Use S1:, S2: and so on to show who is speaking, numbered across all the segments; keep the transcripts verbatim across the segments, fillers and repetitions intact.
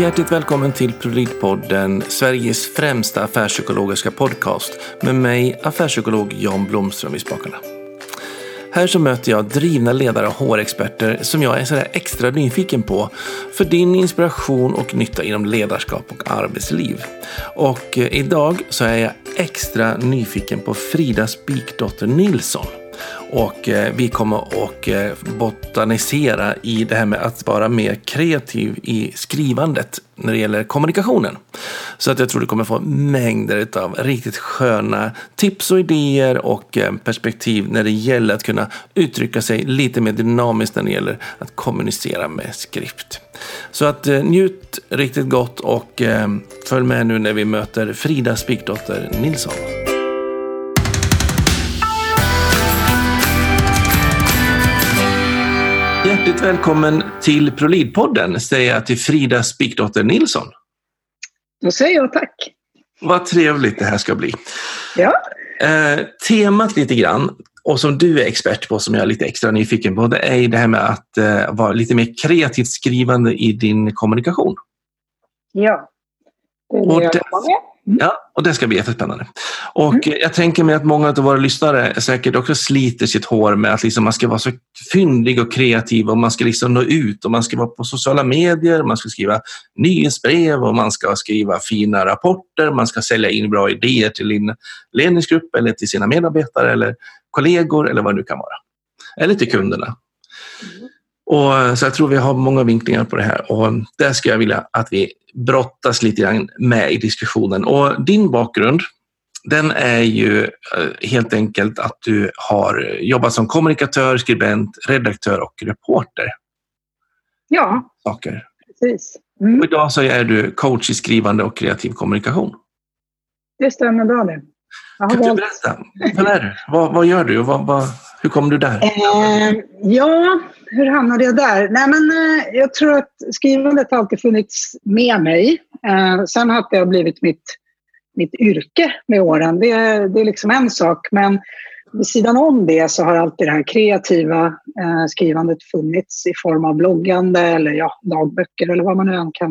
S1: Hjärtligt välkommen till ProLead-podden, Sveriges främsta affärspsykologiska podcast med mig, affärspsykolog Jan Blomström vid spakarna. Här så möter jag drivna ledare och H R-experter som jag är sådär extra nyfiken på för din inspiration och nytta inom ledarskap och arbetsliv. Och eh, idag så är jag extra nyfiken på Frida Spikdotter Nilsson. Och eh, vi kommer att eh, botanisera i det här med att vara mer kreativ i skrivandet när det gäller kommunikationen. Så att jag tror du kommer få mängder av riktigt sköna tips och idéer och eh, perspektiv när det gäller att kunna uttrycka sig lite mer dynamiskt när det gäller att kommunicera med skrift. Så att eh, njut riktigt gott och eh, följ med nu när vi möter Frida Spikdotter Nilsson. Hjärtligt välkommen till ProLead-podden, säger jag till Frida Spikdotter Nilsson.
S2: Då säger jag tack.
S1: Vad trevligt det här ska bli.
S2: Ja.
S1: Eh, temat lite grann, och som du är expert på, som jag är lite extra nyfiken på, det är det här med att eh, vara lite mer kreativt skrivande i din kommunikation.
S2: Ja. Det är det
S1: och
S2: jag
S1: det,
S2: jobbar med. Mm.
S1: Ja, och det ska bli jättespännande. Och
S2: Mm.
S1: jag tänker mig att många av våra lyssnare säkert också sliter sitt hår med att liksom man ska vara så fyndig och kreativ och man ska liksom nå ut och man ska vara på sociala medier, man ska skriva nyhetsbrev och man ska skriva fina rapporter, man ska sälja in bra idéer till din ledningsgrupp eller till sina medarbetare eller kollegor eller vad det nu kan vara. Eller till kunderna. Mm. Och så jag tror vi har många vinklingar på det här och där ska jag vilja att vi brottas lite grann med i diskussionen. Och din bakgrund, den är ju helt enkelt att du har jobbat som kommunikatör, skribent, redaktör och reporter.
S2: Ja,
S1: saker.
S2: Precis. Mm.
S1: Och idag så är du coach i skrivande och kreativ kommunikation.
S2: Det stämmer bra det.
S1: Kan du
S2: valt...
S1: berätta? Vad är du? Vad, vad gör du och vad, vad, hur kom du där?
S2: Eh, ja, hur hamnade jag där? Nej, men, eh, jag tror att skrivandet har alltid funnits med mig. Eh, sen har det blivit mitt, mitt yrke med åren. Det, det är liksom en sak. Men vid sidan om det så har alltid det här kreativa eh, skrivandet funnits i form av bloggande eller ja, dagböcker eller vad man nu än kan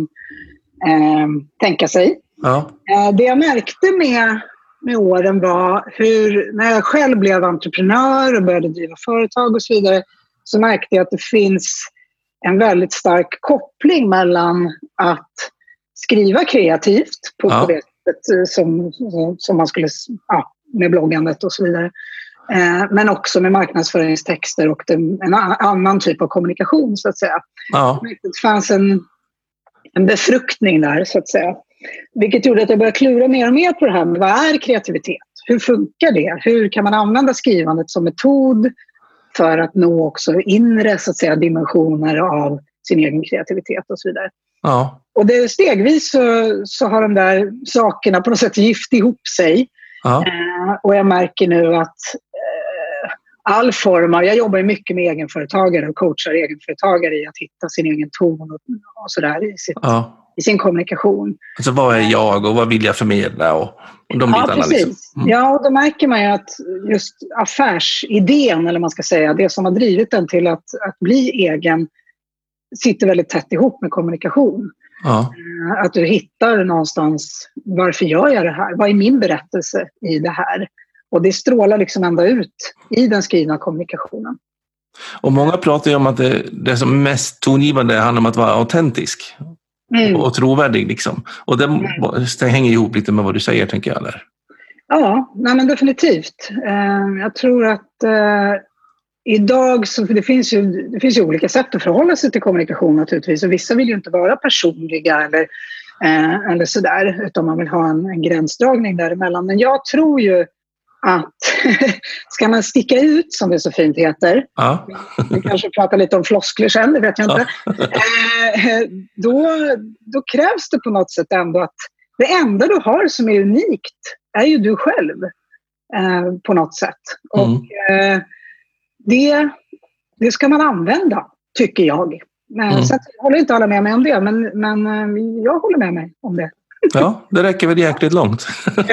S2: eh, tänka sig.
S1: Ja.
S2: Eh, det jag märkte med med åren var hur, när jag själv blev entreprenör och började driva företag och så vidare, så märkte jag att det finns en väldigt stark koppling mellan att skriva kreativt på,
S1: ja.
S2: på det sättet som, som man skulle, ja, med bloggandet och så vidare, eh, men också med marknadsföringstexter och den, en annan typ av kommunikation så att säga.
S1: Ja.
S2: Det fanns en, en befruktning där så att säga. Vilket gjorde att jag började klura mer och mer på det här med vad är kreativitet? Hur funkar det? Hur kan man använda skrivandet som metod för att nå också inre så att säga, dimensioner av sin egen kreativitet och så vidare.
S1: Ja.
S2: Och det, stegvis så, så har de där sakerna på något sätt gift ihop sig.
S1: Ja.
S2: Eh, och jag märker nu att eh, all form av, jag jobbar mycket med egenföretagare och coachar egenföretagare i att hitta sin egen ton och, och sådär i sitt
S1: Ja.
S2: i sin kommunikation.
S1: Alltså vad är jag och vad vill jag förmedla och, och de
S2: ja,
S1: bitarna
S2: precis.
S1: liksom. Mm.
S2: Ja, och då märker man ju att just affärsidén, eller man ska säga, det som har drivit den till att, att bli egen sitter väldigt tätt ihop med kommunikation.
S1: Ja.
S2: Att du hittar någonstans, varför gör jag det här? Vad är min berättelse i det här? Och det strålar liksom ända ut i den skrivna kommunikationen.
S1: Och många pratar ju om att det, det som mest tongivande handlar om att vara autentisk. Mm. Och trovärdig liksom. Och det, mm. det hänger ihop lite med vad du säger, tänker jag. Eller?
S2: Ja, nej men definitivt. Uh, jag tror att uh, idag så det finns, ju, det finns ju olika sätt att förhålla sig till kommunikation naturligtvis. Och vissa vill ju inte vara personliga eller, uh, eller sådär, utan man vill ha en, en gränsdragning däremellan. Men jag tror ju att ska man sticka ut, som det så fint heter,
S1: ja.
S2: vi kanske pratar lite om floskler sen, det vet jag inte,
S1: ja.
S2: eh, då, då krävs det på något sätt ändå att det enda du har som är unikt är ju du själv eh, på något sätt. Mm. Och eh, det, det ska man använda, tycker jag. Men, mm. Så att, jag håller inte alla med mig om det, men, men jag håller med mig om det.
S1: Ja, det räcker väl jäkligt långt.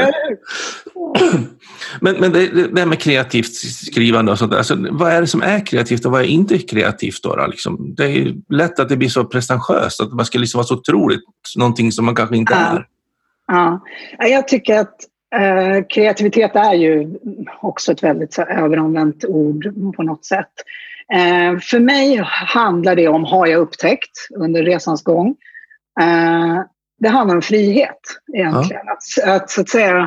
S1: men men det, det här med kreativt skrivande och sånt där, alltså, vad är det som är kreativt och vad är inte kreativt då? då liksom? Det är ju lätt att det blir så pretentiöst, att man ska liksom vara så otroligt någonting som man kanske inte
S2: ja.
S1: är.
S2: Ja, jag tycker att eh, kreativitet är ju också ett väldigt så, överanvänt ord på något sätt. Eh, för mig handlar det om, har jag upptäckt under resans gång, eh, det handlar om frihet egentligen. Ja. Att, att så att säga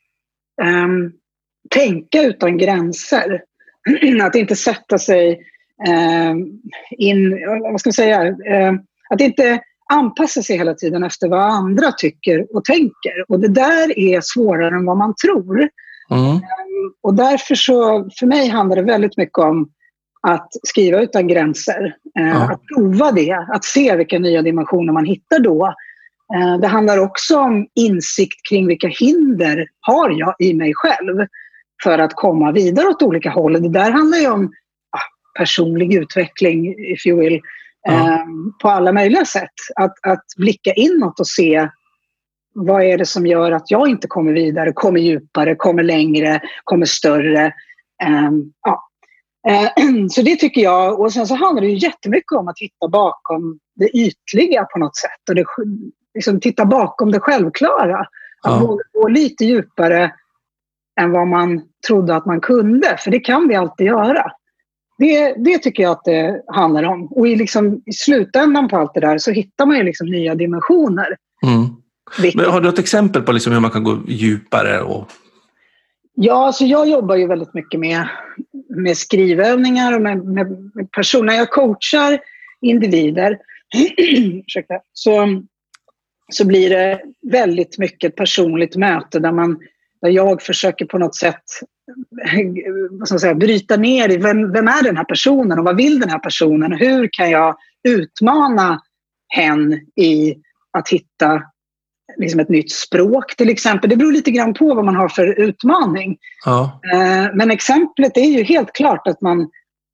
S2: um, tänka utan gränser. Att inte sätta sig um, in, vad ska jag säga, um, att inte anpassa sig hela tiden efter vad andra tycker och tänker. Och det där är svårare än vad man tror. Mm. Um, och därför så, för mig handlar det väldigt mycket om att skriva utan gränser. Uh, ja. Att prova det, att se vilka nya dimensioner man hittar då. Det handlar också om insikt kring vilka hinder har jag i mig själv för att komma vidare åt olika håll. Det där handlar ju om ah, personlig utveckling, if you will, mm. eh, på alla möjliga sätt. Att, att blicka inåt och se vad är det som gör att jag inte kommer vidare, kommer djupare, kommer längre, kommer större. Eh, ja. eh, så det tycker jag. Och sen så handlar det ju jättemycket om att hitta bakom det ytliga på något sätt. Och det liksom titta bakom det självklara. Att ja. våga gå lite djupare än vad man trodde att man kunde. För det kan vi alltid göra. Det, det tycker jag att det handlar om. Och i, liksom, i slutändan på allt det där så hittar man ju liksom nya dimensioner. Mm.
S1: Men har du ett exempel på liksom hur man kan gå djupare? Och...
S2: Ja, alltså jag jobbar ju väldigt mycket med, med skrivövningar och med, med, med personer. Jag coachar individer. Ursäkta. Så... så blir det väldigt mycket ett personligt möte där, man, där jag försöker på något sätt vad ska man säga, bryta ner i vem, vem är den här personen och vad vill den här personen och hur kan jag utmana hen i att hitta liksom ett nytt språk till exempel. Det beror lite grann på vad man har för utmaning. Ja. Men exemplet är ju helt klart att man,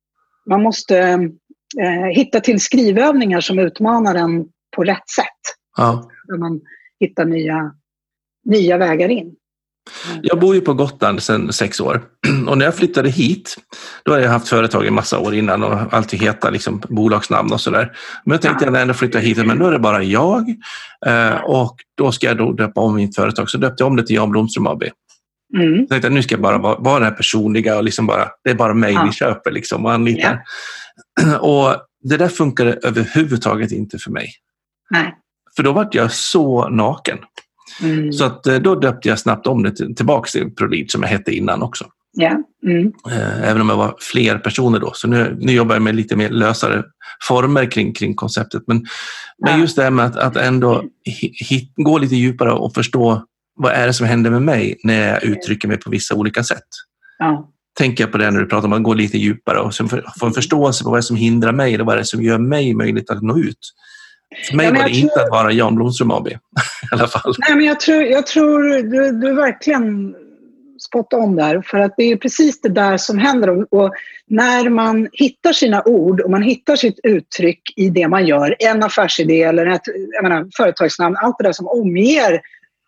S2: man måste eh, hitta till skrivövningar som utmanar en på rätt sätt. Ja. Där man hittar nya, nya vägar in.
S1: Jag bor ju på Gotland sedan sex år. Och när jag flyttade hit, då har jag haft företag i massa år innan och alltid hetat liksom bolagsnamn och sådär. Men jag tänkte ja. när jag flyttade hit, men nu är det bara jag. Eh, och då ska jag då döpa om mitt företag. Så döpte jag om det till Jan Blomström A B. Mm. Jag tänkte att nu ska jag bara vara, vara det här personliga och liksom bara, det är bara mig ja. vi köper liksom och anlitar. Ja. Och det där funkade överhuvudtaget inte för mig. Nej. För då var jag så naken. Mm. Så att då döpte jag snabbt om det till, tillbaka till ProLead som jag hette innan också.
S2: Yeah. Mm.
S1: Även om jag var fler personer då. Så nu, nu jobbar jag med lite mer lösare former kring, kring konceptet. Men, ja. men just det här med att, att ändå hit, gå lite djupare och förstå vad är det som händer med mig när jag uttrycker mig på vissa olika sätt. Ja. Tänker jag på det när du pratar om att gå lite djupare och få en förståelse på vad det är som hindrar mig eller vad det är som gör mig möjligt att nå ut. För mig ja, var det tror... inte att vara Jan Blomström A B i alla fall.
S2: Nej, men jag tror, jag tror du, du verkligen spot on där. För att det är precis det där som händer. Och, och när man hittar sina ord och man hittar sitt uttryck i det man gör, en affärsidé eller ett jag menar, företagsnamn, allt det där som omger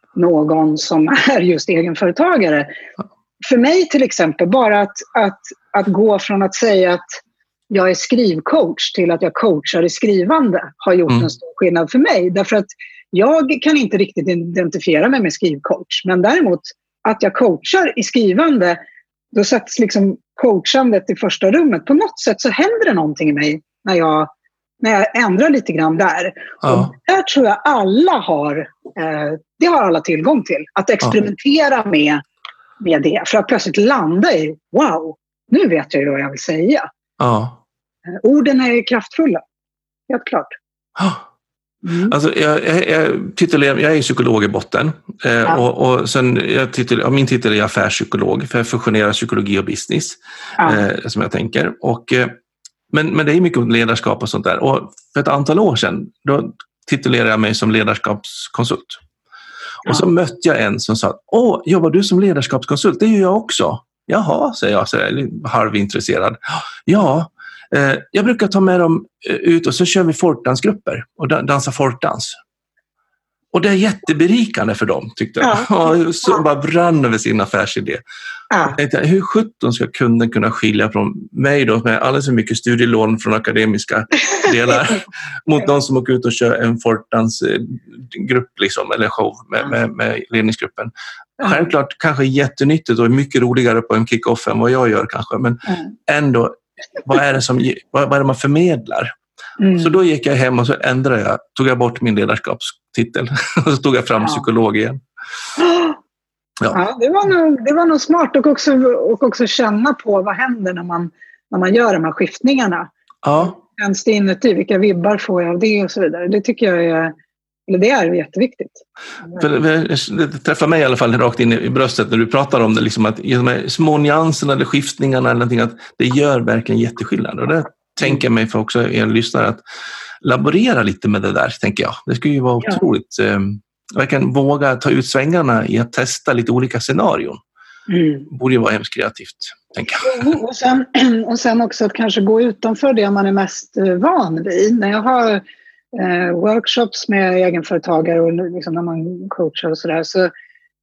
S2: någon som är just egenföretagare. För mig till exempel, bara att, att, att gå från att säga att jag är skrivcoach till att jag coachar i skrivande har gjort mm. en stor skillnad för mig. Därför att jag kan inte riktigt identifiera mig med skrivcoach. Men däremot att jag coachar i skrivande, då sätts liksom coachandet i första rummet. På något sätt så händer det någonting i mig när jag, när jag ändrar lite grann där. Ja. Och där tror jag alla har, eh, det har alla tillgång till. Att experimentera ja. med, med det. För att plötsligt landa i, wow, nu vet jag ju vad jag vill säga. Ja. Orden är kraftfulla, helt klart.
S1: Mm. Alltså, jag, jag, jag, titulerar, jag är psykolog i botten. Eh, ja. och, och sen, jag titel, min titel är affärspsykolog, för jag fusionerar psykologi och business, ja. eh, som jag tänker. Och, eh, men, men det är mycket ledarskap och sånt där. Och för ett antal år sedan, då titulerade jag mig som ledarskapskonsult. Och ja. så mötte jag en som sa, åh, jobbar du som ledarskapskonsult? Det gör jag också. Jaha, säger jag, så är halvintresserad. Ja, eh, jag brukar ta med dem ut och så kör vi folkdansgrupper och dansar folkdans. Och det är jätteberikande för dem, tyckte jag. Ja. Så ja. Bara brann över sin affärsidé. Ja. Jag tänkte, hur sjutton ska kunden kunna skilja från mig då, med alldeles för mycket studielån från akademiska delar mot någon som åker ut och kör en folkdansgrupp liksom, eller show med, med, med ledningsgruppen. Självklart kanske jättenyttigt och mycket roligare på en kick-off än vad jag gör kanske, men ändå, vad är det, som, vad, vad är det man förmedlar? Mm. Så då gick jag hem och så ändrade jag, tog jag bort min ledarskapstitel och så tog jag fram ja. psykolog igen.
S2: Ja, ja det, var nog, det var nog smart och också, och också känna på vad händer när man, när man gör de här skiftningarna.
S1: Ja.
S2: Känns det inuti, vilka vibbar får jag av det och så vidare. Det tycker jag är, eller det är jätteviktigt.
S1: För det, det träffar mig i alla fall rakt in i bröstet när du pratar om det, liksom att de här små nyanserna eller skiftningarna eller någonting, att det gör verkligen jätteskillnad. Och det tänker jag mig för också er lyssnare att laborera lite med det där, tänker jag. Det skulle ju vara ja. otroligt. Eh, verkligen våga ta ut svängarna i att testa lite olika scenarion. Mm. Borde ju vara hemskt kreativt, tänker jag.
S2: Och sen, och sen också att kanske gå utanför det man är mest van vid. När jag har eh, workshops med egenföretagare och liksom när man coachar och sådär, så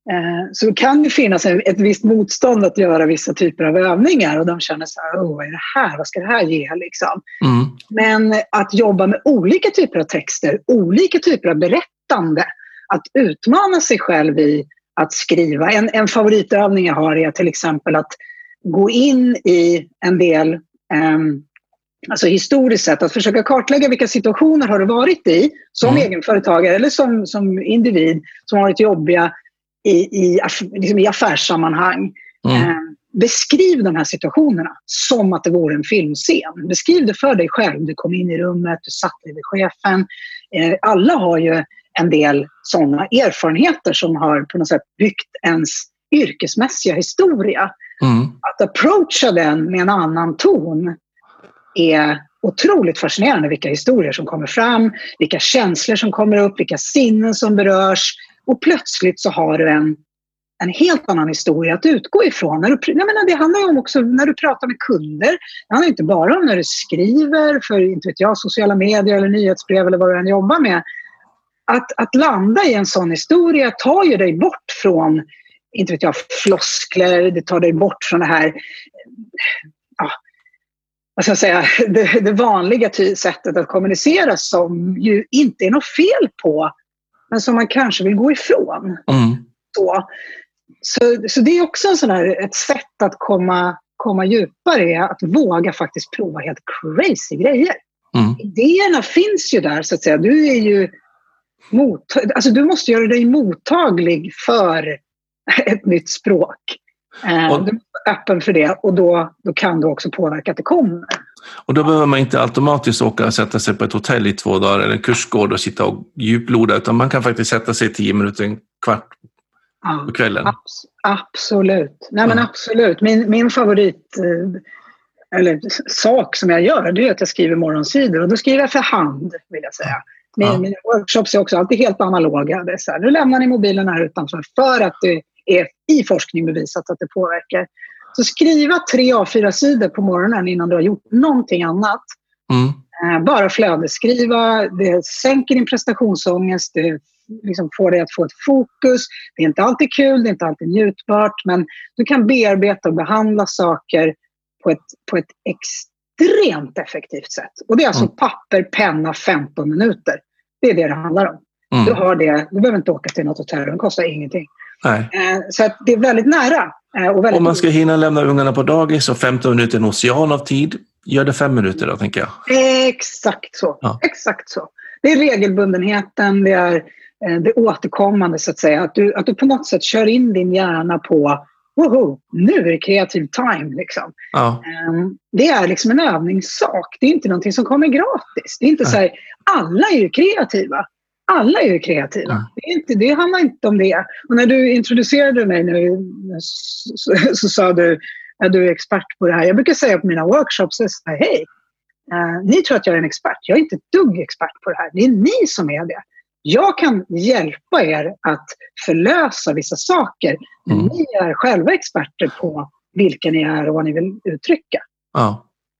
S2: så kan det finnas ett visst motstånd att göra vissa typer av övningar och de känner så här, åh, vad är det här? Vad ska det här ge? Liksom. Mm. Men att jobba med olika typer av texter, olika typer av berättande, att utmana sig själv i att skriva. En, en favoritövning jag har är till exempel att gå in i en del, um, alltså historiskt sett, att försöka kartlägga vilka situationer har du varit i som mm. egenföretagare eller som, som individ som har varit jobbiga I, i, liksom i affärssammanhang. Mm. Eh, beskriv de här situationerna som att det vore en filmscen. Beskriv det för dig själv. Du kom in i rummet, du satt vid chefen. Eh, alla har ju en del sådana erfarenheter som har på något sätt byggt ens yrkesmässiga historia. Mm. Att approacha den med en annan ton är otroligt fascinerande. Vilka historier som kommer fram, vilka känslor som kommer upp, vilka sinnen som berörs. Och plötsligt så har du en, en helt annan historia att utgå ifrån. När du, jag menar, det handlar ju om också när du pratar med kunder. Det handlar inte bara om när du skriver för inte vet jag, sociala medier eller nyhetsbrev eller vad du än jobbar med. Att, att landa i en sån historia tar ju dig bort från inte vet jag, floskler. Det tar dig bort från det här... Ja, vad ska jag säga, det, det vanliga ty- sättet att kommunicera som ju inte är något fel på, men som man kanske vill gå ifrån. Mm. Så, så, så det är också en sån här, ett sätt att komma, komma djupare, att våga faktiskt prova helt crazy grejer. Mm. Idéerna finns ju där, så att säga. Du är ju mot, alltså du måste göra dig mottaglig för ett nytt språk. Och, du är öppen för det och då, då kan du också påverka att det kommer.
S1: Och då behöver man inte automatiskt åka och sätta sig på ett hotell i två dagar eller en kursgård och sitta och djuploda, utan man kan faktiskt sätta sig tio minuter, en kvart på kvällen.
S2: Abs- absolut. Nej men absolut. Min, min favorit eller sak som jag gör, det är att jag skriver morgonsidor och då skriver jag för hand, vill jag säga. Min, ja. Mina workshops är också alltid helt analoga. Det är så här, nu lämnar ni mobilen här utanför för att det är i forskning bevisat att det påverkar. Så skriva tre A fyra sidor på morgonen innan du har gjort någonting annat. Mm. Eh, bara flödesskriva, det sänker din prestationsångest, det liksom får dig att få ett fokus. Det är inte alltid kul, det är inte alltid njutbart, men du kan bearbeta och behandla saker på ett, på ett extremt effektivt sätt. Och det är alltså mm. papper, penna, femton minuter. Det är det det handlar om. Mm. Du har det, du behöver inte åka till något hotell, det kostar ingenting.
S1: Nej.
S2: Eh, så att det är väldigt nära. Eh, och väldigt
S1: Om man ska hinna lämna ungarna på dagis och femton minuter en ocean av tid, gör det fem minuter då, tänker jag.
S2: Exakt så. Ja. Exakt så. Det är regelbundenheten, det är eh, det återkommande så att säga. Att du, att du på något sätt kör in din hjärna på woho, nu är det kreativ time liksom. Ja. Eh, det är liksom en övningssak. Det är inte någonting som kommer gratis. Det är inte så här, alla är ju kreativa. Alla är ju kreativa. Mm. Det, är inte, det handlar inte om det. Och när du introducerade mig nu så, så, så sa du att du är expert på det här. Jag brukar säga på mina workshops, hej, uh, ni tror att jag är en expert. Jag är inte ett dugg expert på det här. Det är ni som är det. Jag kan hjälpa er att förlösa vissa saker. Men mm. ni är själva experter på vilka ni är och vad ni vill uttrycka.
S1: Ja.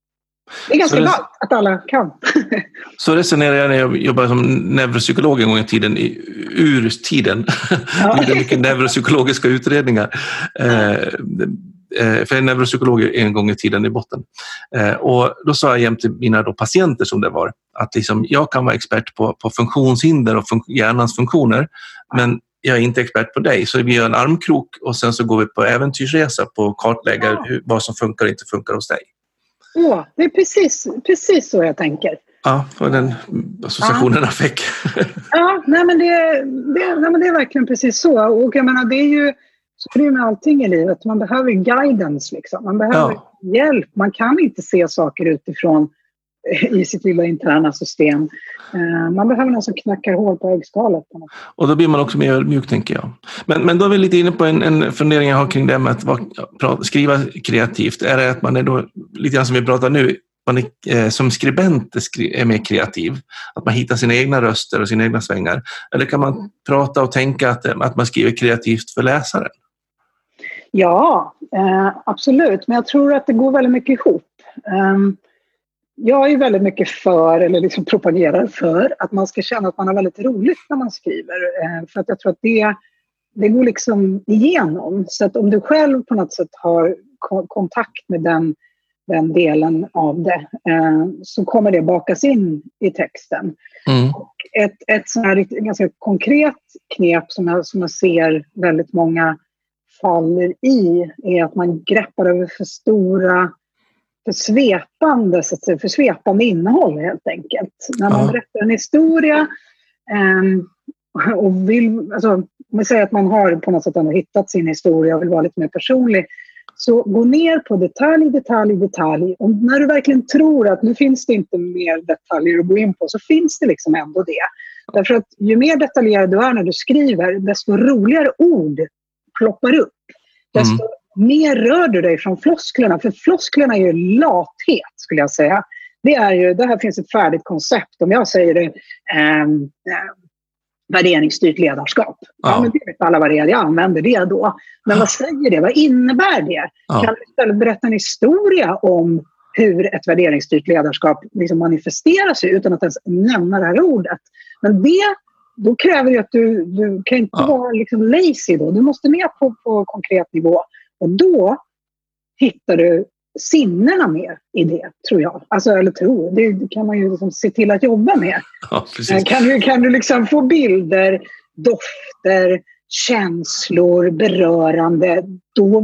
S2: Det är ganska
S1: det,
S2: ballt att alla kan.
S1: Så resonerar jag när jag jobbade som neuropsykolog en gång i tiden, i urtiden. Ja. Det är mycket neuropsykologiska utredningar. Eh, för jag är neuropsykolog en gång i tiden i botten. Eh, och då sa jag jämt till mina då patienter som det var, att liksom, jag kan vara expert på, på funktionshinder och fun- hjärnans funktioner, men jag är inte expert på dig, så vi gör en armkrok och sen så går vi på äventyrsresa på att kartlägga ja. hur, vad som funkar och inte funkar hos dig.
S2: Ja, det är precis, precis så jag tänker.
S1: Ja, och den associationen jag fick.
S2: Ja, nej men, det, det, nej men det är verkligen precis så. Och jag menar, det är ju så är det med allting i livet. Man behöver guidance liksom. Man behöver ja. hjälp. Man kan inte se saker utifrån i sitt lilla interna system. Man behöver någon som knackar hål på äggskalet.
S1: Och då blir man också mer ödmjuk, tänker jag. Men, men då är vi lite inne på en, en fundering jag har kring det med att vara, skriva kreativt. Är det att man är då, lite grann som vi pratar nu, man är, eh, som skribent är, skri- är mer kreativ? Att man hittar sina egna röster och sina egna svängar? Eller kan man mm. prata och tänka att, att man skriver kreativt för läsaren?
S2: Ja, eh, absolut. Men jag tror att det går väldigt mycket ihop. Um, Jag är väldigt mycket för, eller liksom propagerar för, att man ska känna att man har väldigt roligt när man skriver. För att jag tror att det, det går liksom igenom. Så att om du själv på något sätt har kontakt med den, den delen av det, så kommer det bakas in i texten. Mm. Och ett, ett sånt här ganska konkret knep som jag, som jag ser väldigt många faller i är att man greppar över för stora... För svepande, så att säga, för svepande innehåll helt enkelt. När man ja. berättar en historia um, och vill, alltså, om man säger att man har på något sätt hittat sin historia och vill vara lite mer personlig, så gå ner på detalj, detalj, detalj. Och när du verkligen tror att nu finns det inte mer detaljer att gå in på, så finns det liksom ändå det. Därför att ju mer detaljerad du är när du skriver, desto roligare ord ploppar upp. Desto mm. mer rör du dig från flosklerna, för flosklerna är ju lathet, skulle jag säga. Det är ju, det här finns ett färdigt koncept. Om jag säger det, eh, eh, värderingsstyrt ledarskap. Ja. Ja, men det vet alla vad det är, jag använder det då. Men vad säger det? Vad innebär det? Ja. Kan du istället berätta en historia om hur ett värderingsstyrt ledarskap liksom manifesterar sig utan att ens nämna det här ordet? Men det, då kräver det att du, du kan inte ja. vara liksom lazy då. Du måste ner på, på konkret nivå. Och då hittar du sinnena mer i det, tror jag. Alltså, eller tror, det kan man ju liksom se till att jobba med.
S1: Ja, precis.
S2: Kan du, kan du liksom få bilder, dofter, känslor, berörande, då,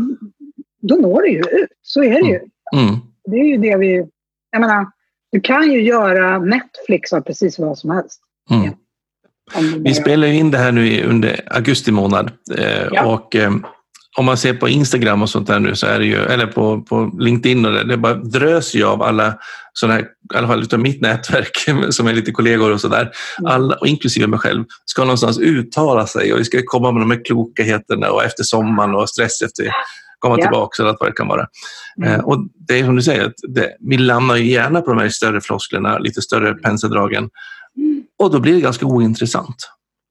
S2: då når det ju ut. Så är det ju.
S1: Mm.
S2: Det är ju det vi... Jag menar, du kan ju göra Netflix av precis vad som helst.
S1: Mm. Ja. Vi spelar ju in det här nu under augusti månad. Eh, ja. Och... Eh, om man ser på Instagram och sånt där nu, så är det ju, eller på, på LinkedIn och det, det bara drös ju av alla sådana här, i alla fall utav mitt nätverk som är lite kollegor och sådär, alla, och inklusive mig själv, ska någonstans uttala sig och vi ska komma med de här klokheterna och efter sommaren och stress efter komma yeah. tillbaka och allt vad det kan vara. Mm. Eh, och det är som du säger, att det, vi lämnar ju gärna på de här större flosklerna, lite större penseldragen, mm. och då blir det ganska ointressant.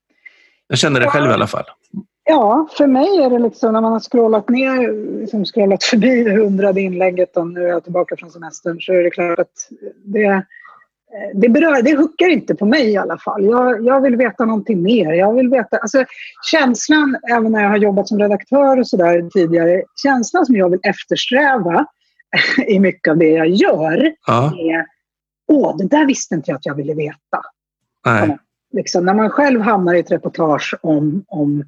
S1: Jag känner det själv i alla fall.
S2: Ja, för mig är det liksom när man har scrollat ner, liksom scrollat förbi det hundrade inlägget och nu är jag tillbaka från semestern, så är det klart att det, det berör, det huckar inte på mig i alla fall. Jag, jag vill veta någonting mer. Jag vill veta, alltså känslan, även när jag har jobbat som redaktör och sådär tidigare, känslan som jag vill eftersträva i mycket av det jag gör ja. är, åh, det där visste inte jag att jag ville veta.
S1: Nej.
S2: Liksom, när man själv hamnar i ett reportage om, om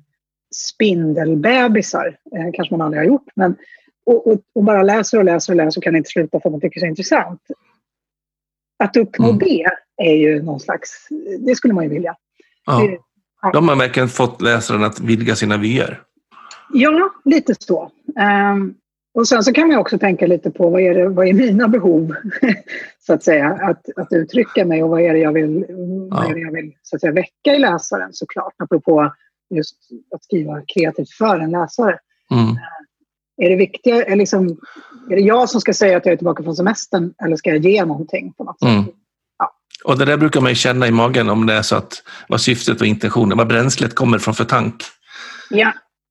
S2: spindelbebisar, eh, kanske man aldrig har gjort, men och, och, och bara läser och läser och läser och kan inte sluta för att man tycker det är intressant. Att uppnå mm. det är ju någon slags, det skulle man ju vilja.
S1: Ja.
S2: Det, ja.
S1: De har verkligen fått läsaren att vidga sina vyer.
S2: Ja, lite så. Um, och sen så kan man också tänka lite på vad är, det, vad är mina behov så att säga, att, att uttrycka mig och vad är det jag vill, ja. vad är det jag vill så att säga, väcka i läsaren, såklart, apropå just att skriva kreativt för en läsare.
S1: Mm.
S2: Är det viktiga, är, liksom, är det jag som ska säga att jag är tillbaka från semestern eller ska jag ge någonting på något sätt?
S1: Mm.
S2: Ja.
S1: Och det där brukar man ju känna i magen om det är så att vad syftet och intentionen, vad bränslet kommer från för tank.
S2: Ja.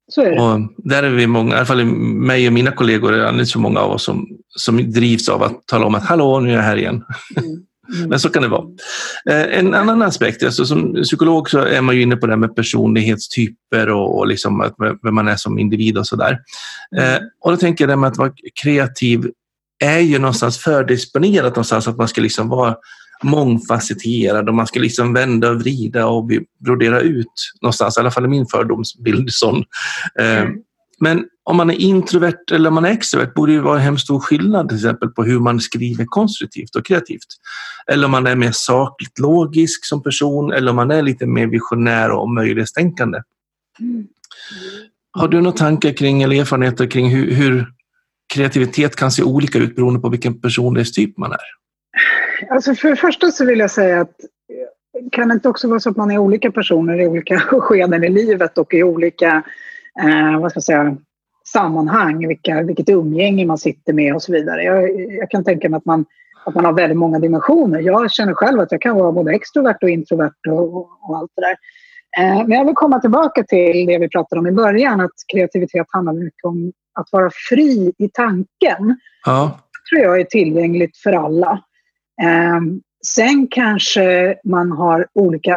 S2: Så är det.
S1: Och där är vi många, i alla fall mig och mina kollegor, det är inte så många av oss som, som drivs av att tala om att hallå, nu är jag här igen. Mm. Mm. Men så kan det vara. Eh, en annan aspekt, alltså som psykolog så är man ju inne på det med personlighetstyper och, och liksom att, vem man är som individ och sådär. Eh, och då tänker jag det med att vara kreativ är ju någonstans fördisponerat någonstans, att man ska liksom vara mångfacetterad och man ska liksom vända och vrida och brodera ut någonstans, i alla fall i min fördomsbild sån. Mm. Men om man är introvert eller om man är extrovert borde det vara en hemskt stor skillnad till exempel på hur man skriver konstruktivt och kreativt. Eller om man är mer sakligt logisk som person eller om man är lite mer visionär och möjlighetstänkande. Mm. Har du några tankar kring eller erfarenheter kring hur, hur kreativitet kan se olika ut beroende på vilken personlighetstyp man är?
S2: Alltså för det första så vill jag säga att kan det inte också vara så att man är olika personer i olika skeden i livet och i olika eh, vad ska jag säga, sammanhang, vilka, vilket umgänge man sitter med och så vidare. Jag, jag kan tänka mig att man, att man har väldigt många dimensioner. Jag känner själv att jag kan vara både extrovert och introvert och, och, och allt det där. Eh, men jag vill komma tillbaka till det vi pratade om i början, att kreativitet handlar mycket om att vara fri i tanken.
S1: Ja.
S2: Det tror jag är tillgängligt för alla. Um, sen kanske man har olika,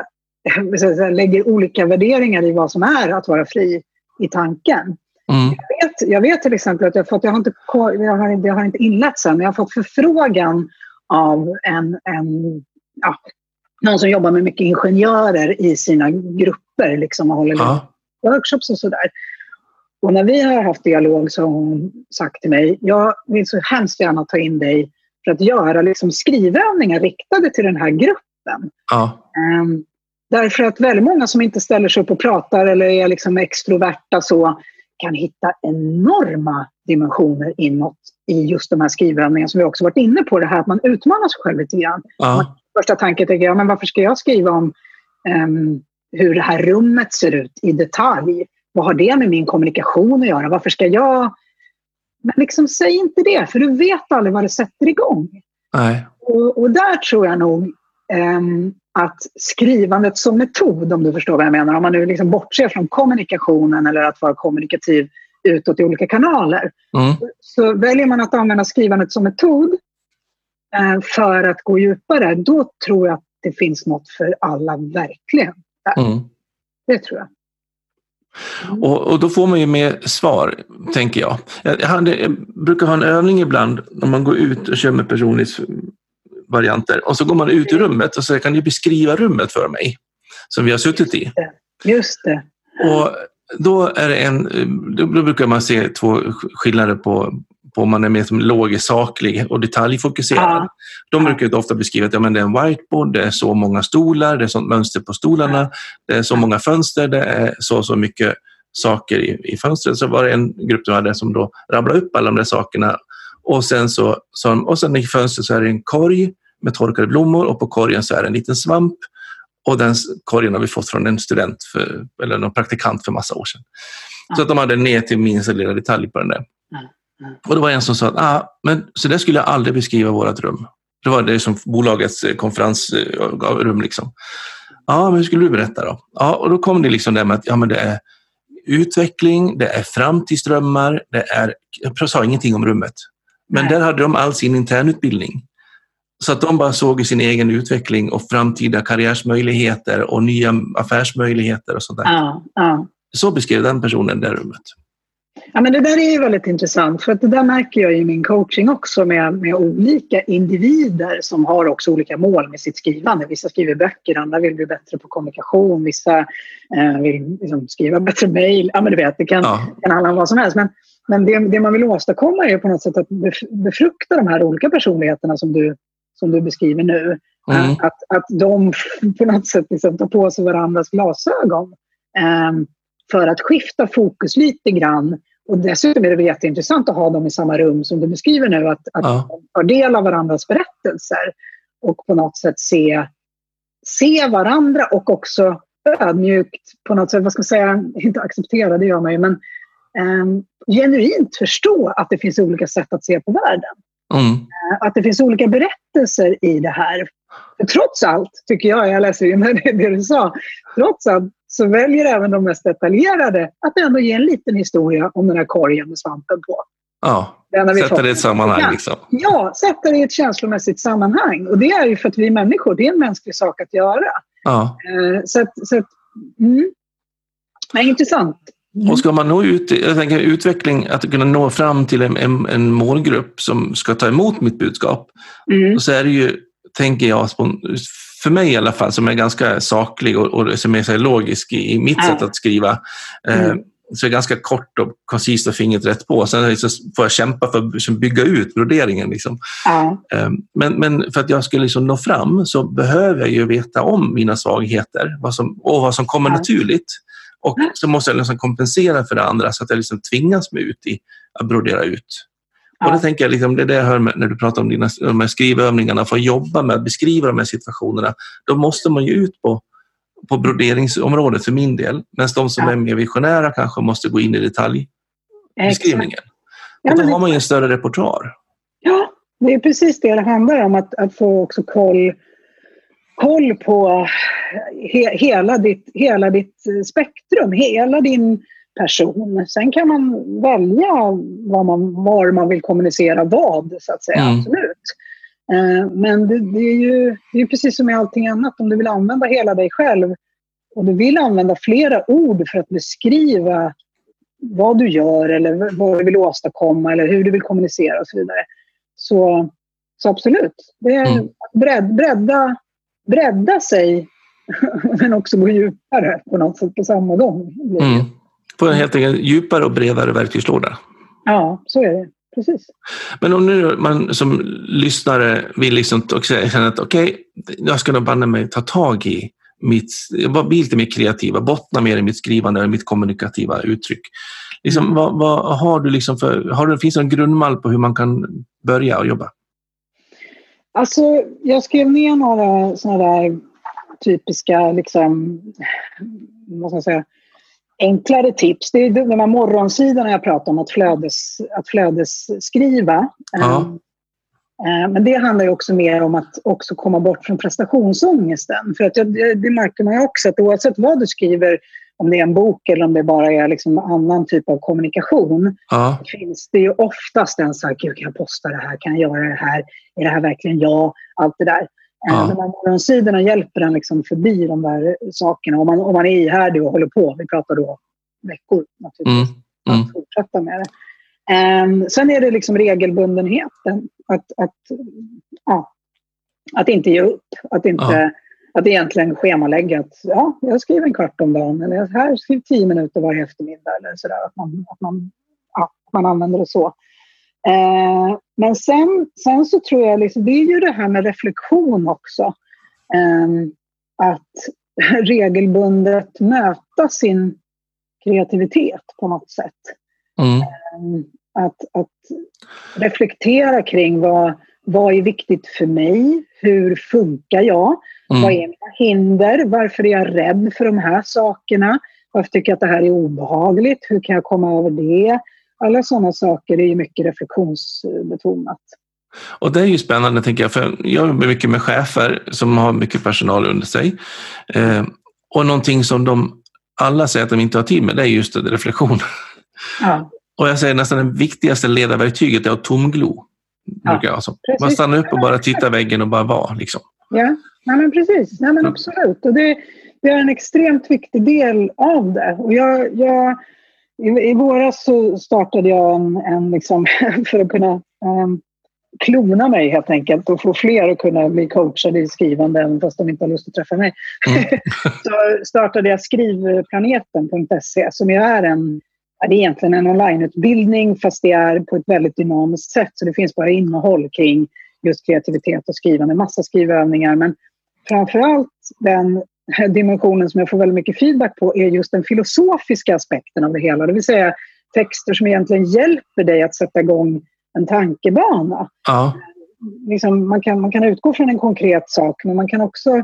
S2: lägger olika värderingar i vad som är att vara fri i tanken. Mm. Jag, vet, jag vet till exempel att jag, fått, jag, har inte, jag, har, jag har inte inlett sen, men jag har fått förfrågan av en, en, ja, någon som jobbar med mycket ingenjörer i sina grupper liksom, och håller ja. workshops och sådär. Och när vi har haft dialog så har hon sagt till mig, jag vill så hemskt gärna ta in dig för att göra liksom skrivövningar riktade till den här gruppen. Ja. Um, därför att väldigt många som inte ställer sig upp och pratar eller är liksom extroverta så kan hitta enorma dimensioner inåt i just de här skrivövningarna som vi också varit inne på, det här att man utmanar sig själv lite grann. Ja. Första tanken tänker jag, men varför ska jag skriva om um, hur det här rummet ser ut i detalj? Vad har det med min kommunikation att göra? Varför ska jag... Men liksom säg inte det, för du vet aldrig vad det sätter igång. Nej. Och, och där tror jag nog um, att skrivandet som metod, om du förstår vad jag menar, om man nu liksom bortser från kommunikationen eller att vara kommunikativ utåt i olika kanaler, mm. så väljer man att använda skrivandet som metod uh, för att gå djupare, då tror jag att det finns något för alla verkligen. Mm. Det tror jag.
S1: Mm. Och, och då får man ju mer svar, tänker jag. Jag, hade, jag brukar ha en övning ibland när man går ut och kör med personlighetsvarianter. Och så går man ut i rummet och så kan du beskriva rummet för mig som vi har suttit i.
S2: Just det. Just det.
S1: Och då är det en, då brukar man se två skillnader på, på om man är mer som logisk, saklig och detaljfokuserad. Ja. De brukar ju ofta beskriva att ja, men det är en whiteboard, det är så många stolar, det är sånt mönster på stolarna, ja. Det är så många fönster, det är så så mycket saker i, i fönstret. Så var det en grupp som hade som då rabblade upp alla de där sakerna. Och sen, så, så, och sen i fönstret så är det en korg med torkade blommor och på korgen så är det en liten svamp. Och den korgen har vi fått från en student för, eller en praktikant för massa år sedan. Ja. Så att de hade ner till minsta lilla detalj på den där. Ja. Ja. Och det var en som sa att ah, men, så där skulle jag aldrig beskriva vårt rum. Det var det som bolagets konferensrum liksom. Ja, men hur skulle du berätta då? Ja, och då kom det liksom där med att ja, men det är utveckling, det är framtidsdrömmar, det är, jag sa ingenting om rummet. Men Nej. Där hade de all sin internutbildning. Så att de bara såg sin egen utveckling och framtida karriärsmöjligheter och nya affärsmöjligheter och sånt där.
S2: Ja, ja.
S1: Så beskrev den personen det rummet.
S2: Ja, men det där är ju väldigt intressant, för att det där märker jag i min coaching också med, med olika individer som har också olika mål med sitt skrivande. Vissa skriver böcker, andra vill bli bättre på kommunikation, vissa eh, vill liksom skriva bättre mejl. Ja, men du vet, det kan, ja. kan handla om vad som helst. Men, men det, det man vill åstadkomma är på något sätt att befrukta de här olika personligheterna som du, som du beskriver nu. Mm. Att, att de på något sätt liksom tar på sig varandras glasögon. Eh, för att skifta fokus lite grann. Och dessutom är det jätteintressant att ha dem i samma rum som du beskriver nu. Att, att ja. ta del av varandras berättelser. Och på något sätt se, se varandra och också ödmjukt på något sätt, vad ska man säga, inte acceptera, det gör man ju, men um, genuint förstå att det finns olika sätt att se på världen. Mm. Uh, att det finns olika berättelser i det här. För trots allt, tycker jag, jag läser ju det, det du sa, trots allt så väljer även de mest detaljerade att ändå ge en liten historia om den här korgen med svampen på.
S1: Ja, sätta det i ett sammanhang liksom.
S2: Ja, sätta det i ett känslomässigt sammanhang. Och det är ju för att vi är människor, det är en mänsklig sak att göra.
S1: Ja.
S2: Så att, så att mm. det är intressant. Mm.
S1: Och ska man nå ut, jag tänker utveckling, att kunna nå fram till en, en, en målgrupp som ska ta emot mitt budskap. Mm. Och så är det ju, tänker jag, för mig i alla fall, som är ganska saklig och, och som är så logisk i, i mitt ja. sätt att skriva. Mm. Eh, så är det ganska kort och koncist och fingret rätt på. Sen så får jag kämpa för att bygga ut broderingen. Liksom.
S2: Ja.
S1: Eh, men, men för att jag ska liksom nå fram så behöver jag ju veta om mina svagheter vad som, och vad som kommer ja. naturligt. Och så måste jag liksom kompensera för det andra så att jag liksom tvingas mig ut i att brodera ut. Ja. Och det tänker jag, liksom, det är det jag hör med, när du pratar om dina, de här skrivövningarna, för att jobba med att beskriva de här situationerna. Då måste man ju ut på, på broderingsområdet för min del. Medan de som ja. är mer visionära kanske måste gå in i detaljbeskrivningen. Ja, och då har man ju en större repertoar.
S2: Ja, det är precis det det handlar om. Att, att få också koll koll på he, hela, ditt, hela ditt spektrum, hela din person. Sen kan man välja vad man, var man vill kommunicera vad, så att säga, mm. absolut. Eh, men det, det, är ju, det är precis som med allting annat. Om du vill använda hela dig själv och du vill använda flera ord för att beskriva vad du gör eller vad du vill åstadkomma eller hur du vill kommunicera och så vidare. Så, så absolut. Det är mm. bredd, bredda bredda sig men också gå djupare på något sätt på samma gång.
S1: Mm. På en helt enkelt djupare och bredare verktygslåda.
S2: Ja, så är det. Precis.
S1: Men om nu man som lyssnare vill liksom känna att okej, okay, jag ska nog banna mig ta tag i mitt, jag blir lite mer kreativa, bottna mer i mitt skrivande och mitt kommunikativa uttryck. Liksom, mm. vad, vad har du liksom för, har du, finns det en grundmall på hur man kan börja och jobba?
S2: Alltså, jag skrev ner några sådana där typiska, liksom, vad ska jag säga, enklare tips. Det är de här morgonsidorna jag pratar om, att, flödes, att flödesskriva.
S1: Ja.
S2: Men det handlar ju också mer om att också komma bort från prestationsångesten. För att det märker man ju också, att oavsett vad du skriver, om det är en bok eller om det bara är liksom annan typ av kommunikation,
S1: ja.
S2: finns det ju oftast en så här, kan jag posta det här, kan jag göra det här, är det här verkligen jag, allt det där. Ja. De här morgonsidorna hjälper en liksom förbi de där sakerna, om man, om man är ihärdig och håller på, vi pratar då veckor naturligtvis, mm. Mm. att fortsätta med det. Um, sen är det liksom regelbundenheten, att, att, ja, att inte ge upp, att inte ja. Att egentligen schemalägga att ja, jag skriver en kvart om dagen eller här skriver tio minuter varje eftermiddag eller sådär, att man, att man, ja, man använder det så. Eh, men sen, sen så tror jag liksom, det är ju det här med reflektion också. Eh, att regelbundet möta sin kreativitet på något sätt.
S1: Mm.
S2: Eh, att, att reflektera kring vad, vad är viktigt för mig, hur funkar jag? Mm. Vad är mina hinder? Varför är jag rädd för de här sakerna? Varför tycker jag att det här är obehagligt? Hur kan jag komma över det? Alla sådana saker är ju mycket reflektionsbetonat.
S1: Och det är ju spännande, tänker jag, för jag jobbar mycket med chefer som har mycket personal under sig. Eh, och någonting som de alla säger att de inte har tid med, det är just det, reflektion.
S2: Ja.
S1: Och jag säger nästan det viktigaste ledarverktyget är att tomglo. Ja, jag, alltså. Man stannar upp och bara tittar väggen och bara vara. Liksom.
S2: Ja, nej, men precis. Nej, men absolut. Och det, det är en extremt viktig del av det. Och jag, jag, i, i våras så startade jag en, en liksom, för att kunna um, klona mig helt enkelt och få fler att kunna bli coachade i skrivande även fast de inte har lust att träffa mig. Mm. Så startade jag skrivplaneten punkt se som ju är en, det är egentligen en onlineutbildning fast det är på ett väldigt dynamiskt sätt, så det finns bara innehåll kring just kreativitet och skrivande, massa skrivövningar, men framförallt den dimensionen som jag får väldigt mycket feedback på är just den filosofiska aspekten av det hela, det vill säga texter som egentligen hjälper dig att sätta igång en tankebana.
S1: Ja.
S2: Liksom man, kan, man kan utgå från en konkret sak, men man kan också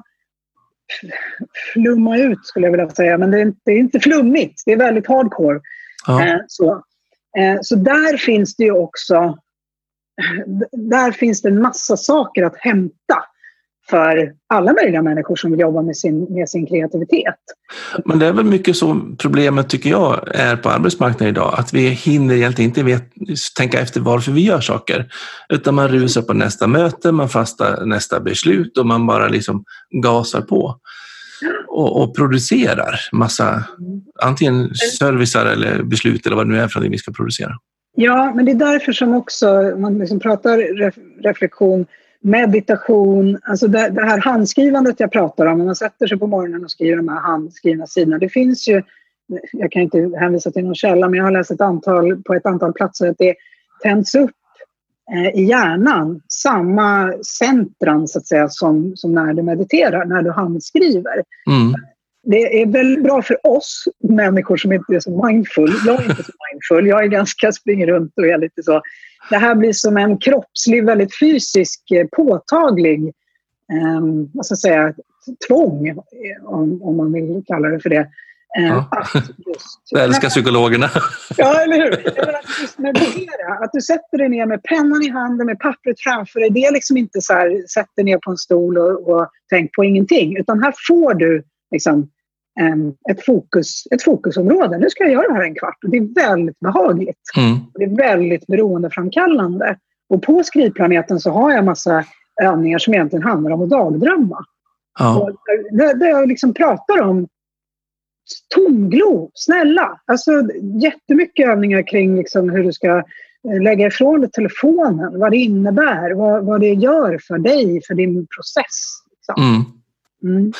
S2: flumma ut, skulle jag vilja säga, men det är, det är inte flummigt, det är väldigt hardcore.
S1: Ja.
S2: Eh, så. Eh, så där finns det ju också där finns det en massa saker att hämta för alla möjliga människor som vill jobba med sin, med sin kreativitet.
S1: Men det är väl mycket så problemet tycker jag är på arbetsmarknaden idag, att vi hinner egentligen inte vet, tänka efter varför vi gör saker, utan man rusar på nästa möte, man fastar nästa beslut och man bara liksom gasar på och, och producerar massa antingen servicer eller beslut eller vad det nu är för att vi ska producera.
S2: Ja, men det är därför som också man liksom pratar ref- reflektion, meditation, alltså det, det här handskrivandet jag pratar om, när man sätter sig på morgonen och skriver de här handskrivna sidorna. Det finns ju, jag kan inte hänvisa till någon källa, men jag har läst ett antal, på ett antal platser att det tänds upp eh, i hjärnan samma centran så att säga som, som när du mediterar, när du handskriver.
S1: Mm.
S2: Det är väldigt bra för oss människor som inte är så mindful. Jag är inte så mindful, jag är ganska springer runt och är lite så. Det här blir som en kroppslig, väldigt fysisk, påtaglig eh, vad ska jag säga, tvång, om, om man vill kalla det för det. Eh,
S1: ja.
S2: att just,
S1: jag älskar psykologerna.
S2: Ja, eller hur? Att just meditera, att du sätter dig ner med pennan i handen, med pappret framför dig. Det är liksom inte så här, sätt dig ner på en stol och, och tänk på ingenting. Utan här får du liksom ett, fokus, ett fokusområde. Nu ska jag göra det här en kvart. Och det är väldigt behagligt. Mm. Det är väldigt beroendeframkallande. Och på skrivplaneten så har jag massa övningar som egentligen handlar om att dagdrömma. Ja. Och där, där jag liksom pratar om tomglo, snälla. Alltså jättemycket övningar kring liksom hur du ska lägga ifrån dig telefonen. Vad det innebär. Vad, vad det gör för dig, för din process. Liksom.
S1: Mm. Mm.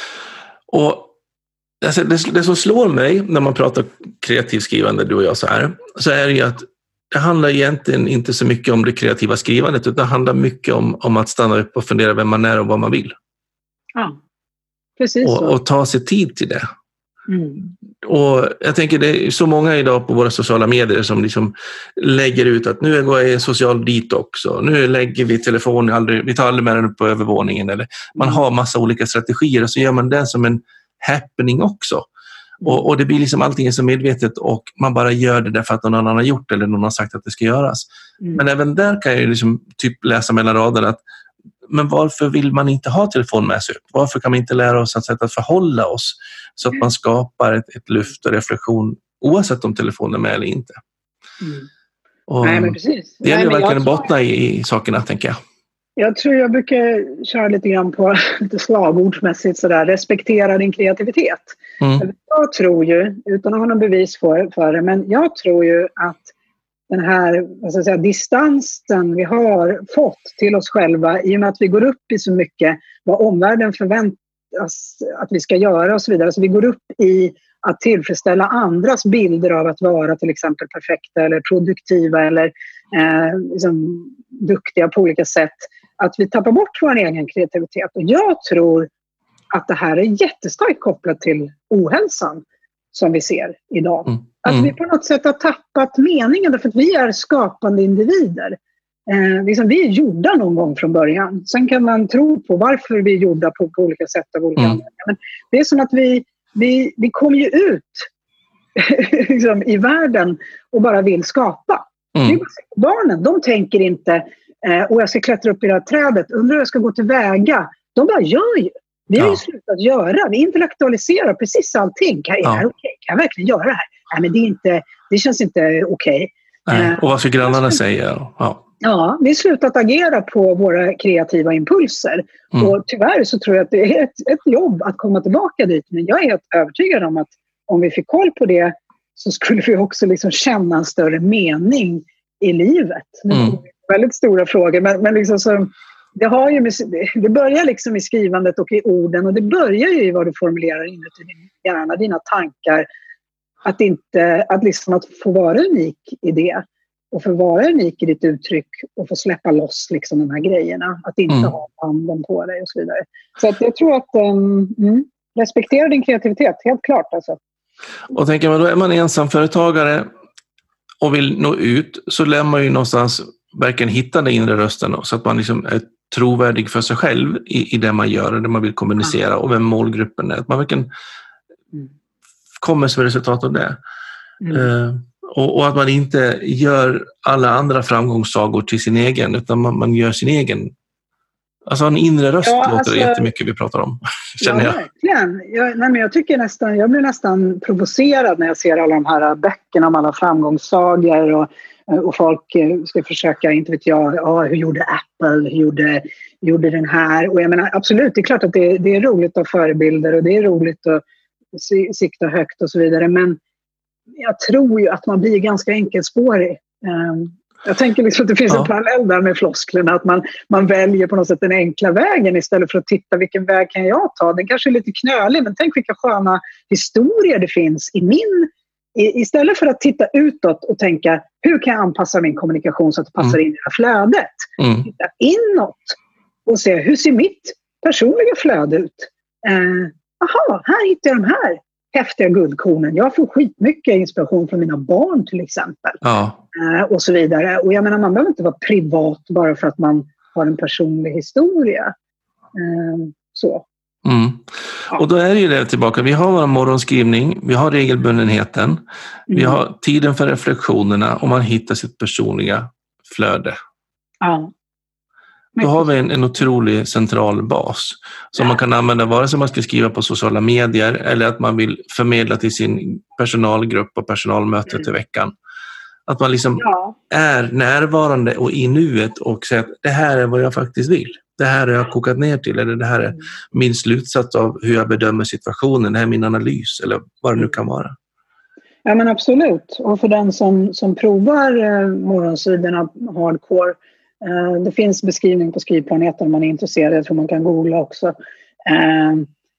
S1: Och alltså, det, det som slår mig när man pratar kreativt skrivande, du och jag så här, så är det ju att det handlar egentligen inte så mycket om det kreativa skrivandet, utan det handlar mycket om, om att stanna upp och fundera vem man är och vad man vill.
S2: Ja, precis
S1: och,
S2: så.
S1: Och ta sig tid till det.
S2: Mm.
S1: Och jag tänker det är så många idag på våra sociala medier som liksom lägger ut att nu går jag i social detox och nu lägger vi telefonen, aldrig, vi tar aldrig med den upp på övervåningen. Eller man har massa olika strategier och så gör man det som en happening också. Och, och det blir liksom allting så medvetet och man bara gör det därför att någon annan har gjort det eller någon har sagt att det ska göras. Mm. Men även där kan jag ju liksom typ läsa mellan raderna att men varför vill man inte ha telefon med sig? Varför kan man inte lära oss att sätta att förhålla oss så att man skapar ett, ett luft och reflektion oavsett om telefonen är med eller inte?
S2: Mm. Och Nej, men precis.
S1: Det gäller
S2: Nej,
S1: verkligen
S2: tror...
S1: bottna i, i sakerna, tänker jag.
S2: Jag tror jag brukar köra lite grann på lite slagordsmässigt sådär, respektera din kreativitet. Mm. Jag tror ju, utan att ha någon bevis för, för det, men jag tror ju att den här vad ska jag säga, distansen vi har fått till oss själva i och med att vi går upp i så mycket vad omvärlden förväntas att vi ska göra och så vidare. Så vi går upp i att tillfredsställa andras bilder av att vara till exempel perfekta eller produktiva eller eh, liksom, duktiga på olika sätt. Att vi tappar bort vår egen kreativitet. Och jag tror att det här är jättestarkt kopplat till ohälsan som vi ser idag. Mm. Att vi på något sätt har tappat meningen därför att vi är skapande individer. Eh, liksom vi är gjorda någon gång från början. Sen kan man tro på varför vi är gjorda på, på olika sätt av olika mm. anledningar. Men det är som att vi, vi, vi kommer ju ut liksom, i världen och bara vill skapa. Mm. Det är bara barnen, de tänker inte eh, och jag ska klättra upp i det här trädet, undrar hur jag ska gå tillväga. De bara gör ju. Vi har ju ja. slutat göra. Vi intellektualiserar precis allting. Kan, ja. okay? kan jag verkligen göra det här? Nej, men det, är inte, det känns inte okej. Okay.
S1: Och vad ska grannarna säga? Ja.
S2: ja, vi har slutat agera på våra kreativa impulser. Mm. Och tyvärr så tror jag att det är ett, ett jobb att komma tillbaka dit. Men jag är helt övertygad om att om vi fick koll på det så skulle vi också liksom känna en större mening i livet. Det är mm. väldigt stora frågor. Men, men liksom så... Det, har ju, det börjar liksom i skrivandet och i orden och det börjar ju i vad du formulerar inuti din hjärna, dina tankar. Att, inte, att, liksom att få vara unik i det och få vara unik i ditt uttryck och få släppa loss liksom de här grejerna. Att inte mm. ha handen på dig och så vidare. Så att jag tror att um, mm, respektera din kreativitet, helt klart. Alltså.
S1: Och tänker man då är man ensamföretagare och vill nå ut så lär man ju någonstans verkligen hitta den inre rösten så att man liksom är trovärdig för sig själv i, i det man gör och det man vill kommunicera och vem målgruppen är. Att man verkligen kommer som resultat av det. Mm. Uh, och, och att man inte gör alla andra framgångssagor till sin egen utan man, man gör sin egen Alltså en inre röst
S2: Ja,
S1: låter
S2: alltså,
S1: det jättemycket vi pratar om, känner
S2: ja,
S1: jag.
S2: verkligen. Jag, nej, men jag tycker nästan, jag blir nästan provocerad när jag ser alla de här böckerna om alla framgångssagor och, och folk ska försöka, inte vet jag, ja, hur gjorde Apple, hur gjorde, gjorde den här? Och jag menar, absolut, det är klart att det, det är roligt att ha förebilder och det är roligt att sikta högt och så vidare, men jag tror ju att man blir ganska enkelspårig. Um, Jag tänker liksom att det finns ja. en parallell där med flosklerna, att man, man väljer på något sätt den enkla vägen istället för att titta vilken väg kan jag ta. Den kanske är lite knölig, men tänk vilka sköna historier det finns i min... I, istället för att titta utåt och tänka, hur kan jag anpassa min kommunikation så att det passar mm. in i det här flödet? Mm. Titta inåt och se, hur ser mitt personliga flöde ut? Eh, aha, här hittar jag de här häftiga guldkornen. Jag får skitmycket inspiration från mina barn till exempel. Ja. Eh, och så vidare. Och jag menar, man behöver inte vara privat bara för att man har en personlig historia. Eh, så.
S1: Mm. Ja. Och då är det ju det tillbaka. Vi har vår morgonskrivning, vi har regelbundenheten, mm. vi har tiden för reflektionerna och man hittar sitt personliga flöde. Ja. Då har vi en, en otrolig central bas som ja. man kan använda vare sig man ska skriva på sociala medier eller att man vill förmedla till sin personalgrupp och personalmöte mm. till veckan. Att man liksom ja. är närvarande och i nuet och säger att det här är vad jag faktiskt vill. Det här har jag kokat ner till, eller det här är min slutsats av hur jag bedömer situationen, det här är min analys eller vad det nu kan vara.
S2: Ja, men absolut. Och för den som, som provar eh, morgonsidorna hardcore, eh, det finns beskrivning på Skrivplaneten om man är intresserad, jag tror man kan googla också. Eh,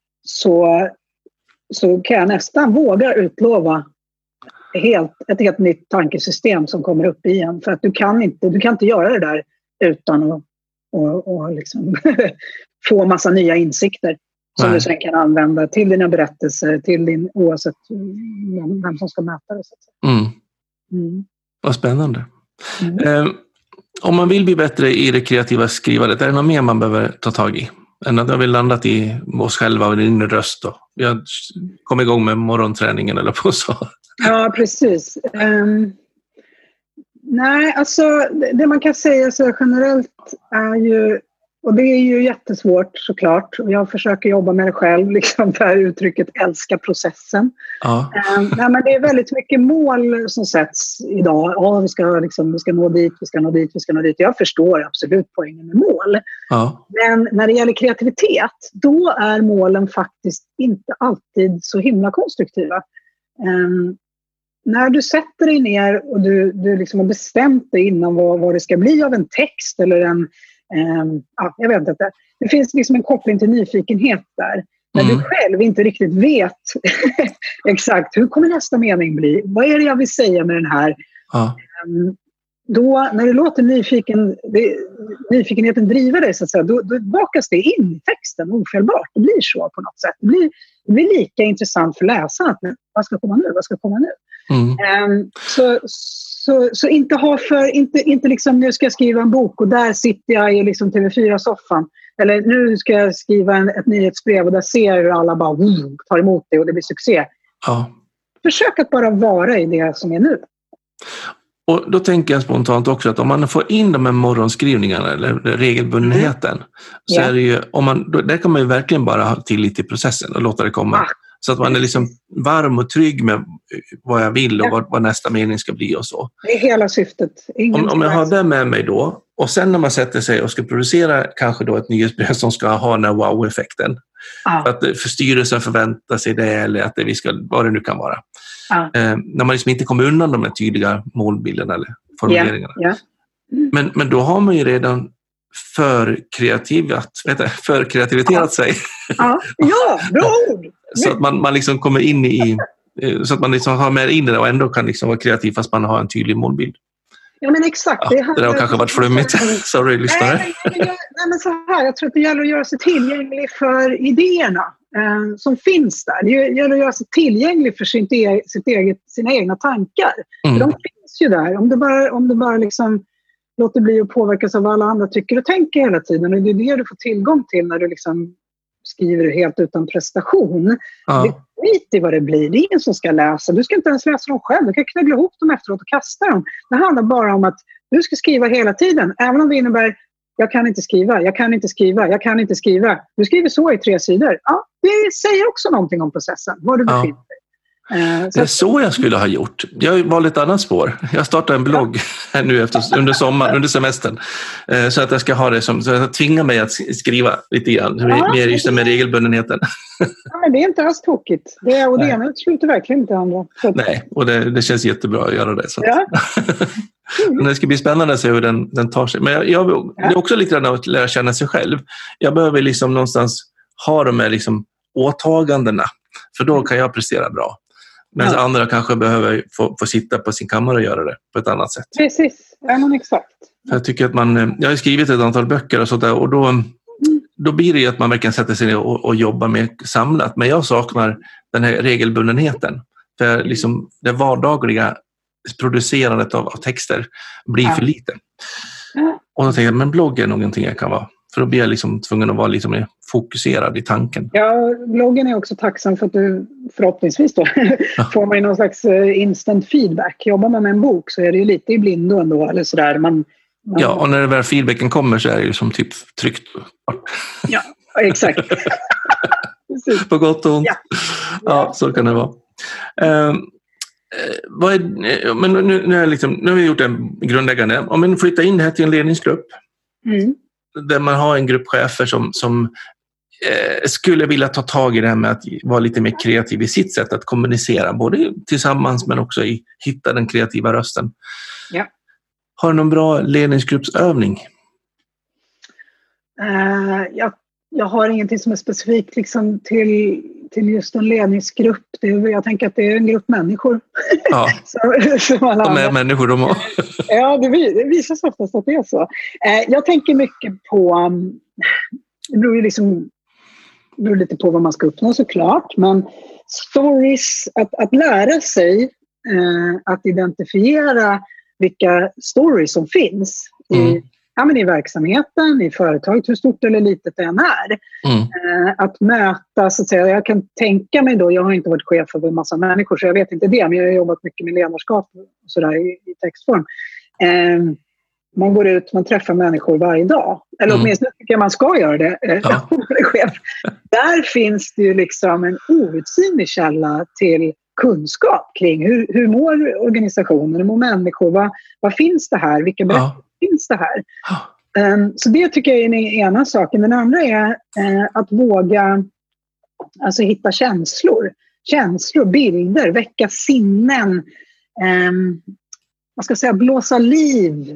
S2: så, så kan jag nästan våga utlova helt, ett helt nytt tankesystem som kommer upp igen. För att du kan inte, du kan inte göra det där utan att och, och liksom få massa nya insikter som Nej. du sen kan använda till dina berättelser, till din, oavsett vem som ska mäta det. Så att säga.
S1: Mm. Mm. Vad spännande. Mm. Eh, om man vill bli bättre i det kreativa skrivandet, är det något mer man behöver ta tag i? Än att vi landat i oss själva och din röst då? Vi har kommit igång med morgonträningen eller på så.
S2: Ja, precis. Um, nej, alltså det, det man kan säga så generellt är ju, och det är ju jättesvårt såklart, och jag försöker jobba med det själv, liksom det här uttrycket älska processen. Ja. Um, nej, men det är väldigt mycket mål som sätts idag. Ja, vi ska, liksom, vi ska nå dit, vi ska nå dit, vi ska nå dit. Jag förstår absolut poängen med mål. Ja. Men när det gäller kreativitet, då är målen faktiskt inte alltid så himla konstruktiva. Um, när du sätter dig ner och du, du liksom har bestämt dig innan vad, vad det ska bli av en text eller en, um, ja, jag vet inte. Det finns liksom en koppling till nyfikenhet där. När mm. du själv inte riktigt vet exakt hur kommer nästa mening bli? Vad är det jag vill säga med den här? Ja. Um, då, när du låter nyfiken, det, nyfikenheten driva dig så att säga, då, då bakas det in i texten ofelbart. Det blir så på något sätt. Det blir, det blir lika intressant för läsaren. Men vad ska komma nu? Vad ska komma nu? Mm. Um, så, så, så inte ha för, inte, inte liksom nu ska jag skriva en bok och där sitter jag i liksom T V fyra-soffan. Eller nu ska jag skriva en, ett nyhetsbrev och där ser jag hur alla bara mm, tar emot det och det blir succé. Ja. Försök att bara vara i det som är nu.
S1: Och då tänker jag spontant också att om man får in de här morgonskrivningarna eller regelbundenheten mm. så yeah. är det ju, om man, då, där kan man ju verkligen bara ha tillit till processen och låta det komma. Ah. Så att man är liksom varm och trygg med vad jag vill och ja. vad, vad nästa mening ska bli och så.
S2: Det är hela syftet.
S1: Om, om jag har det med mig då och sen när man sätter sig och ska producera kanske då ett nyhetsbrev som ska ha den här wow-effekten. Ah. För att för styrelsen förväntar sig det eller att det vi ska, vad det nu kan vara. Ah. Eh, när man liksom inte kommer undan de här tydliga målbilderna eller formuleringarna. Yeah. Yeah. Men, men då har man ju redan för kreativat, vet jag, för kreativiterat ah. sig.
S2: Ah. Ja, bra ord!
S1: Så att man, man liksom kommer in i, så att man liksom har med in det och ändå kan liksom vara kreativ fast man har en tydlig målbild.
S2: Ja, men exakt.
S1: Ja, det, här, det har kanske varit flummigt. Sorry, lyssnare.
S2: Nej, nej, nej, men så här, jag tror att det gäller att göra sig tillgänglig för idéerna eh, som finns där. Det gäller att göra sig tillgänglig för sitt eget, sitt eget, sina egna tankar. Mm. För de finns ju där. Om du bara, om du bara liksom låter bli att påverkas av vad alla andra tycker och tänker hela tiden. Och det är det du får tillgång till när du liksom skriver helt utan prestation. Ja. Det skit i vad det blir. Det är ingen som ska läsa. Du ska inte ens läsa dem själv. Du kan knöggla ihop dem efteråt och kasta dem. Det handlar bara om att du ska skriva hela tiden. Även om det innebär jag kan inte skriva, jag kan inte skriva, jag kan inte skriva. Du skriver så i tre sidor. Ja, det säger också någonting om processen, var du befinner dig.
S1: Ja. Det är så jag skulle ha gjort. Jag valde ett annat spår. Jag startade en blogg här nu efter, under sommaren, under semestern. Så att jag ska ha det som, så jag tvingar mig att skriva lite grann. Ja, mer just med regelbundenheten.
S2: Ja, men det är inte alls tokigt. Det är, och det ena utesluter verkligen inte andra.
S1: Nej, och det, det känns jättebra att göra det. Så att.
S2: Ja.
S1: Men det ska bli spännande att se hur den, den tar sig. Men jag, jag, det är också lite grann att lära känna sig själv. Jag behöver liksom någonstans ha de här liksom åtagandena. För då kan jag prestera bra. Medan ja. andra kanske behöver få, få sitta på sin kammare och göra det på ett annat sätt.
S2: Precis, ja, men exakt.
S1: För jag tycker att man, jag har skrivit ett antal böcker och sånt där, och då, mm. då blir det ju att man verkligen sätter sig ner och, och jobbar med samlat. Men jag saknar den här regelbundenheten. För liksom det vardagliga producerandet av, av texter blir ja. för lite. Ja. Och då tänker jag, men blogg är någonting jag kan vara. För då blir jag liksom tvungen att vara lite mer fokuserad i tanken.
S2: Ja, bloggen är också tacksam för att du förhoppningsvis då ja. får man någon slags instant feedback. Jobbar man med en bok så är det ju lite i blindo ändå. Eller sådär. Man, man...
S1: Ja, och när det väl feedbacken kommer så är det ju som typ tryckt.
S2: Ja, exakt.
S1: På gott och ont.
S2: Ja.
S1: Ja, så kan det vara. Um, vad är, men nu, nu, är liksom, nu har vi gjort en grundläggande. Om man flyttar in det här till en ledningsgrupp.
S2: Mm.
S1: Där man har en grupp chefer som, som eh, skulle vilja ta tag i det här med att vara lite mer kreativ i sitt sätt att kommunicera. Både tillsammans men också i hitta den kreativa rösten.
S2: Ja.
S1: Har du någon bra ledningsgruppsövning?
S2: Uh, jag, jag har ingenting som är specifikt liksom till, till just en ledningsgrupp. Det är, jag tänker att det är en grupp människor. Ja. så, som alla
S1: de är människor de har.
S2: Ja, det, det visar sig oftast att det är så. Uh, jag tänker mycket på... Um, det beror ju liksom, det beror lite på vad man ska uppnå såklart. Men stories, att, att lära sig uh, att identifiera vilka stories som finns i, mm. ja, men i verksamheten, i företaget, hur stort eller litet det än är. Mm. Eh, att möta, så att säga, jag kan tänka mig då, jag har inte varit chef för en massa människor så jag vet inte det, men jag har jobbat mycket med ledarskap och sådär i, i textform. Eh, man går ut, man träffar människor varje dag. Eller mm. åtminstone tycker jag man ska göra det. Eh, ja. chef. Där finns det ju liksom en outsinlig källa till kunskap kring hur, hur mår organisationer, hur mår människor, vad, vad finns det här, vilka berättelser ja. finns det här. Ja. Um, så det tycker jag är den ena saken. Den andra är uh, att våga alltså hitta känslor, känslor, bilder, väcka sinnen, um, vad ska jag säga, blåsa liv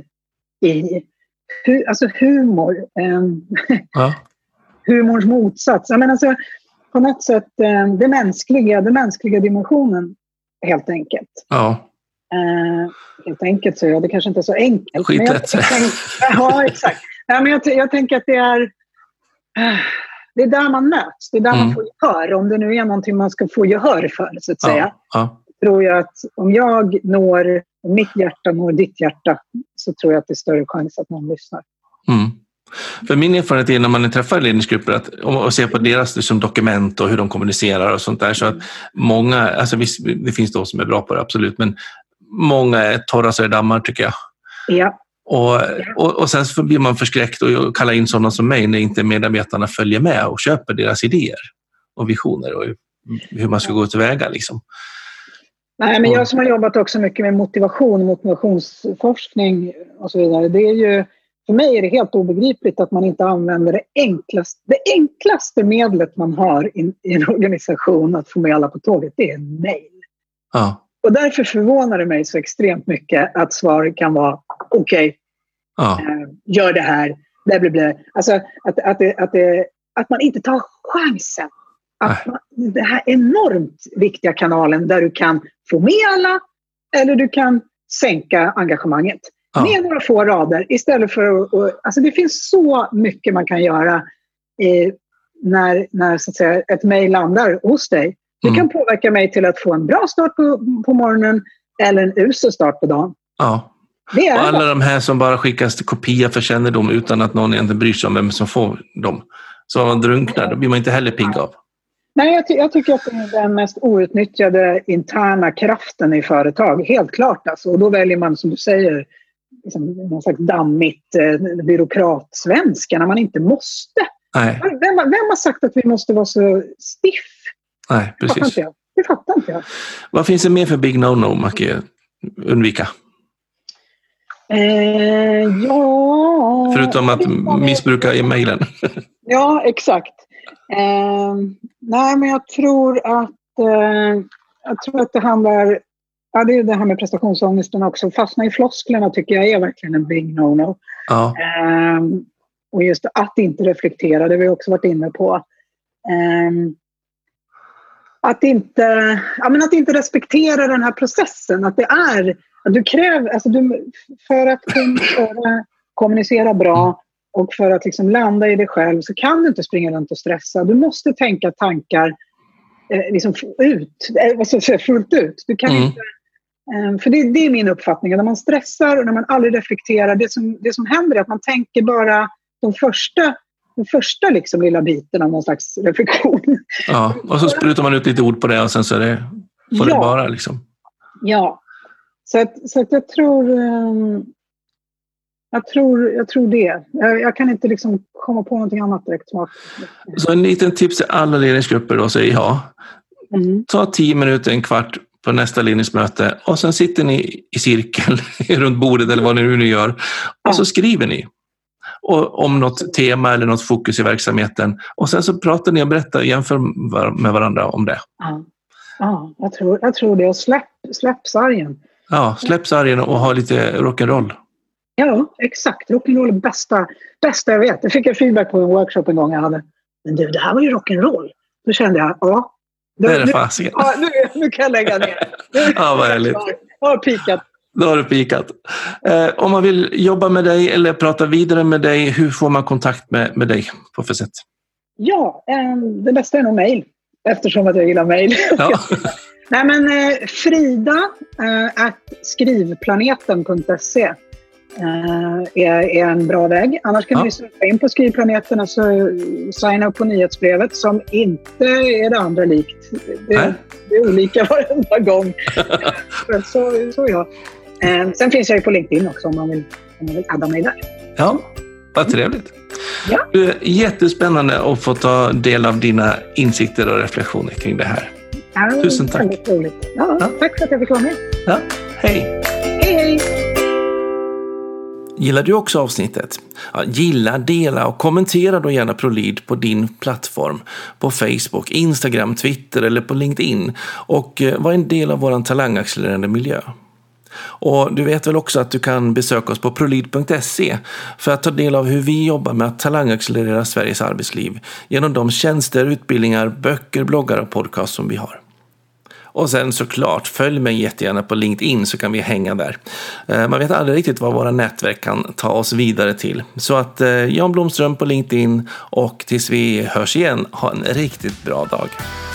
S2: i, hu, alltså humor, um, ja. humors motsats. Jag menar, alltså, på något sätt det mänskliga, den mänskliga dimensionen helt enkelt.
S1: Ja.
S2: Uh, helt enkelt så ja, det kanske inte är så enkelt.
S1: Skitlätt.
S2: Ja, exakt. Ja, men jag, jag tänker att det är uh, det är där man möts. Det är där mm. man får gehör. Om det nu är någonting man ska få gehör för, så att säga.
S1: Ja. Ja.
S2: Tror jag att om jag når, om mitt hjärta når ditt hjärta, så tror jag att det är större chans att någon lyssnar.
S1: Mm. För min erfarenhet är när man träffar ledningsgrupper att, och ser på deras liksom, dokument och hur de kommunicerar och sånt där, så att många, alltså visst, det finns de som är bra på det absolut, men många är torra så är dammar tycker jag.
S2: Ja.
S1: Och, och, och sen så blir man förskräckt och kallar in sådana som mig när inte medarbetarna följer med och köper deras idéer och visioner och hur man ska gå tillväga liksom.
S2: Nej, men jag som har jobbat också mycket med motivation, motivationsforskning och så vidare, det är ju, för mig är det helt obegripligt att man inte använder det enklaste, det enklaste medlet man har i, i en organisation att få med alla på tåget, det är en mejl.
S1: Ja.
S2: Och därför förvånar det mig så extremt mycket att svaret kan vara okej, okay,
S1: ja.
S2: eh, gör det här, blä, blä, blä. Alltså att, att, det, att, det, att man inte tar chansen. Att man, det här enormt viktiga kanalen där du kan få med alla eller du kan sänka engagemanget. Ja. Med några få rader istället för att... Och, alltså det finns så mycket man kan göra eh, när, när så att säga, ett mejl landar hos dig. Det mm. kan påverka mig till att få en bra start på, på morgonen eller en usel start på dagen.
S1: Ja. Det är och alla det. De här som bara skickas till kopia för kännedom utan att någon egentligen bryr sig om vem som får dem. Så man drunknar, då blir man inte heller pigg av.
S2: Nej, jag, ty- jag tycker att det är den mest outnyttjade interna kraften i företag. Helt klart alltså. Och då väljer man, som du säger, liksom, någon slags dammigt eh, byråkratsvenska när man inte måste.
S1: Nej.
S2: Vem, vem har sagt att vi måste vara så stiff?
S1: Nej, precis.
S2: Det fattar inte jag. Det fattar inte jag.
S1: Vad finns det mer för big no-no man kan undvika?
S2: Eh, ja...
S1: Förutom att missbruka e-mailen.
S2: Ja, exakt. Eh, nej, men jag tror att eh, jag tror att det handlar... Ja, det är det här med prestationsångesten också. Fastna i flosklerna tycker jag är verkligen en big no-no.
S1: Ja.
S2: Eh, och just att inte reflektera, det har vi också varit inne på. Eh, att inte, ja, men att inte respektera den här processen. Att det är... Att du kräver... Alltså du, för att kunna kommunicera bra och för att liksom landa i dig själv så kan du inte springa runt och stressa. Du måste tänka tankar eh, liksom ut, eh, vad ska jag säga, fullt ut. Du kan
S1: mm.
S2: inte... För det, det är min uppfattning. När man stressar och när man aldrig reflekterar, det som, det som händer är att man tänker bara de första, de första liksom lilla biten av någon slags reflektion.
S1: Ja, och så sprutar man ut lite ord på det och sen så är det, får
S2: ja.
S1: det vara liksom.
S2: Ja, så att, så att jag tror jag tror, jag tror det. Jag, jag kan inte liksom komma på någonting annat direkt.
S1: Så en liten tips till alla ledningsgrupper då säger jag. Mm. Ta tio minuter, en kvart på nästa ledningsmöte och sen sitter ni i cirkel runt bordet eller vad ni nu gör och så skriver ni och, om något tema eller något fokus i verksamheten och sen så pratar ni och berättar och jämför med varandra om det.
S2: Ja, ja jag, tror, jag tror det. Och släpp, släpp sargen.
S1: Ja, släpp sargen och ha lite rock'n'roll.
S2: Ja, exakt. Rock'n'roll är bästa, bästa jag vet. Jag fick en feedback på en workshop en gång jag hade. Men du, det här var ju rock'n'roll. Då kände jag, ja.
S1: Det är det fasiken.
S2: Ja, nu, nu kan jag lägga ner. Nu,
S1: ja, vad härligt.
S2: Jag har pikat.
S1: Då har du pikat. Eh, om man vill jobba med dig eller prata vidare med dig, hur får man kontakt med, med dig på för sätt?
S2: Ja, eh, det bästa är nog mejl. Eftersom att jag gillar mejl.
S1: Ja.
S2: Nej, men eh, Frida eh, at skrivplaneten punkt se Uh, är, är en bra väg. Annars kan ja. vi surfa in på Skrivplaneten och så signa upp på nyhetsbrevet som inte är det andra likt. Det, det är olika varenda gång. så, så ja. Uh, sen finns jag ju på LinkedIn också om man vill, om man vill adda mig där.
S1: Ja, vad trevligt.
S2: Ja.
S1: Det är jättespännande att få ta del av dina insikter och reflektioner kring det här.
S2: Ja,
S1: tusen tack.
S2: Roligt. Ja, ja. Tack för att jag fick vara med.
S1: Ja, hej.
S2: Hej, hej.
S1: Gillar du också avsnittet? Ja, gilla, dela och kommentera då gärna ProLead på din plattform. På Facebook, Instagram, Twitter eller på LinkedIn. Och eh, var en del av vår talangaccelererande miljö. Och du vet väl också att du kan besöka oss på prolead punkt se för att ta del av hur vi jobbar med att talangaccelerera Sveriges arbetsliv genom de tjänster, utbildningar, böcker, bloggar och podcast som vi har. Och sen såklart, följ mig jättegärna på LinkedIn så kan vi hänga där. Man vet aldrig riktigt vad våra nätverk kan ta oss vidare till. Så att Jan Blomström på LinkedIn och tills vi hörs igen, ha en riktigt bra dag.